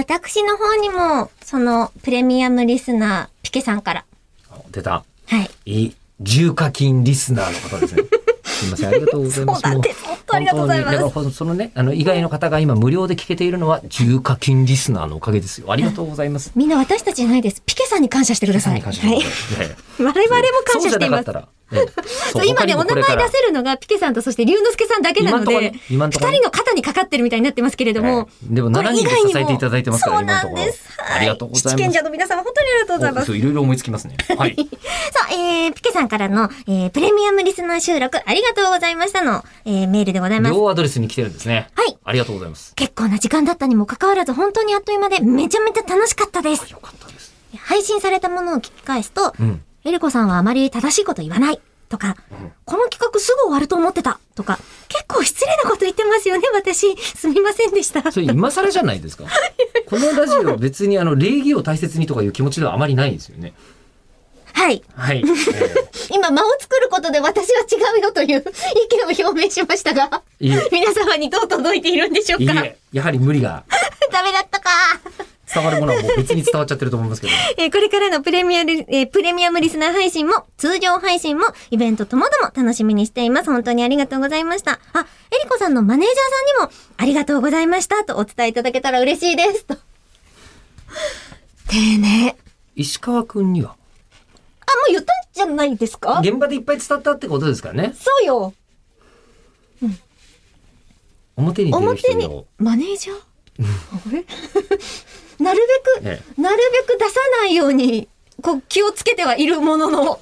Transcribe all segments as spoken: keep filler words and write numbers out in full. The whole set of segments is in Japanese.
私の方にも、その、プレミアムリスナー、ピケさんから。 出た。 はい。 いい、重課金リスナーの方ですね。すみません、ありがとうございます。 そうなんです。本当ありがとうございます。 だからそのね、あの、以外の方が今無料で聞けているのは、重課金リスナーのおかげですよ。ありがとうございます。 みんな私たちじゃないです。ピケさんに感謝してください。 感謝してください。はい。 我々も感謝しています。そう今ね、お名前出せるのがピケさんとそして龍之介さんだけなので、二人の肩にかかってるみたいになってますけれども、 でもしちにんで支えていただいてますから、今のところ。そうなんです。 ありがとうございます。七賢者の皆様、本当にありがとうございます。 いろいろ思いつきますね。はい。 さあ、えー、ピケさんからの、えー、プレミアムリスナー収録、ありがとうございましたの、えー、メールでございます。 両アドレスに来てるんですね。 はい。 ありがとうございます。 結構な時間だったにもかかわらず、本当にあっという間で、めちゃめちゃ楽しかったです。 よかったです。 配信されたものを聞き返すと、 うん、 エリコさんはあまり正しいこと言わない。とか、うん、この企画すぐ終わると思ってたとか、結構失礼なこと言ってますよね、私。すみませんでした。 それ今更じゃないですか。このラジオ別にあの礼儀を大切にとかいう気持ちではあまりないですよね。 はい。 はい。えー、 今間を作ることで私は違うよという意見を表明しましたが、いい皆様にどう届いているんでしょうか。 いいやはり無理が。 ダメだったか。 伝わるものはもう別に伝わっちゃってると思いますけど。 えー、これからのプレミアム、えー、プレミアムリスナー配信も、通常配信も、イベントともども楽しみにしています。本当にありがとうございました。あ、エリコさんのマネージャーさんにも、ありがとうございましたとお伝えいただけたら嬉しいです。と。丁寧。 石川くんにはあ、もう言ったんじゃないですか？ 現場でいっぱい伝わったってことですからね。 そうよ。うん。 表に出る人を。 マネージャーあれなるべく、ええ、なるべく出さないようにこう気をつけてはいるものの、はい。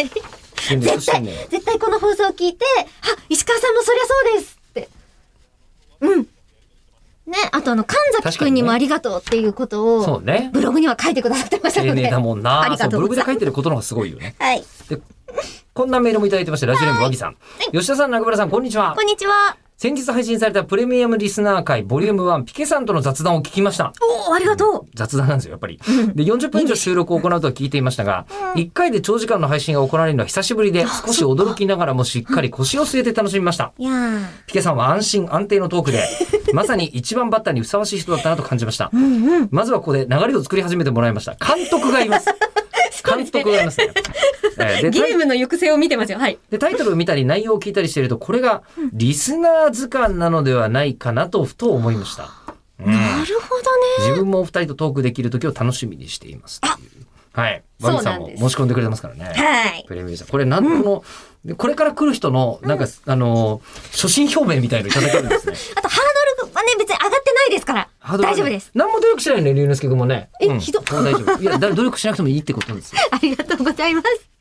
絶対、ね、絶対この放送を聞いて、あ、石川さんもそりゃそうですって。うん。ね、あとあの、神崎くんにもありがとうっていうことを、そうね。ブログには書いてくださってましたので。 丁寧だもんな。ありがとう。ブログで書いてることの方がすごいよね。 はい。 で、こんなメールもいただいてまして、ラジオネーム和木さん。吉田さん、中村さん、こんにちは。 こんにちは。 先日配信されたプレミアムリスナー会ボリュームワン、ピケさんとの雑談を聞きました。 おー、ありがとう。 雑談なんですよ、やっぱり。で、よんじゅっぷん以上収録を行うとは聞いていましたが、うん、いっかいで長時間の配信が行われるのは久しぶりで、少し驚きながらもしっかり腰を据えて楽しみました。 いやピケさんは安心安定のトークで、まさに一番バッターにふさわしい人だったなと感じました。 うんうん、 まずはここで流れを作り始めてもらいました。監督がいます。監督がいますね。 でゲームの行く末を見てますよ。はい。 でタイトルを見たり内容を聞いたりしていると、これがリスナー図鑑なのではないかなとふと思いました。 うん、なるほどね。 自分もお二人とトークできる時を楽しみにしていますという。はい。ワミさんも申し込んでくれてますからね。 はい。 プレミアさん。これなんこの、うん、これから来る人のなんか、うん、あの初心表明みたいのいただけるんですね。 あとハードルはね別に上がってないですから。大丈夫です。 何も努力しないよね、龍之介君もね。 え、うん、ひど。 大丈夫。いや、努力しなくてもいいってことですよ。 ありがとうございます。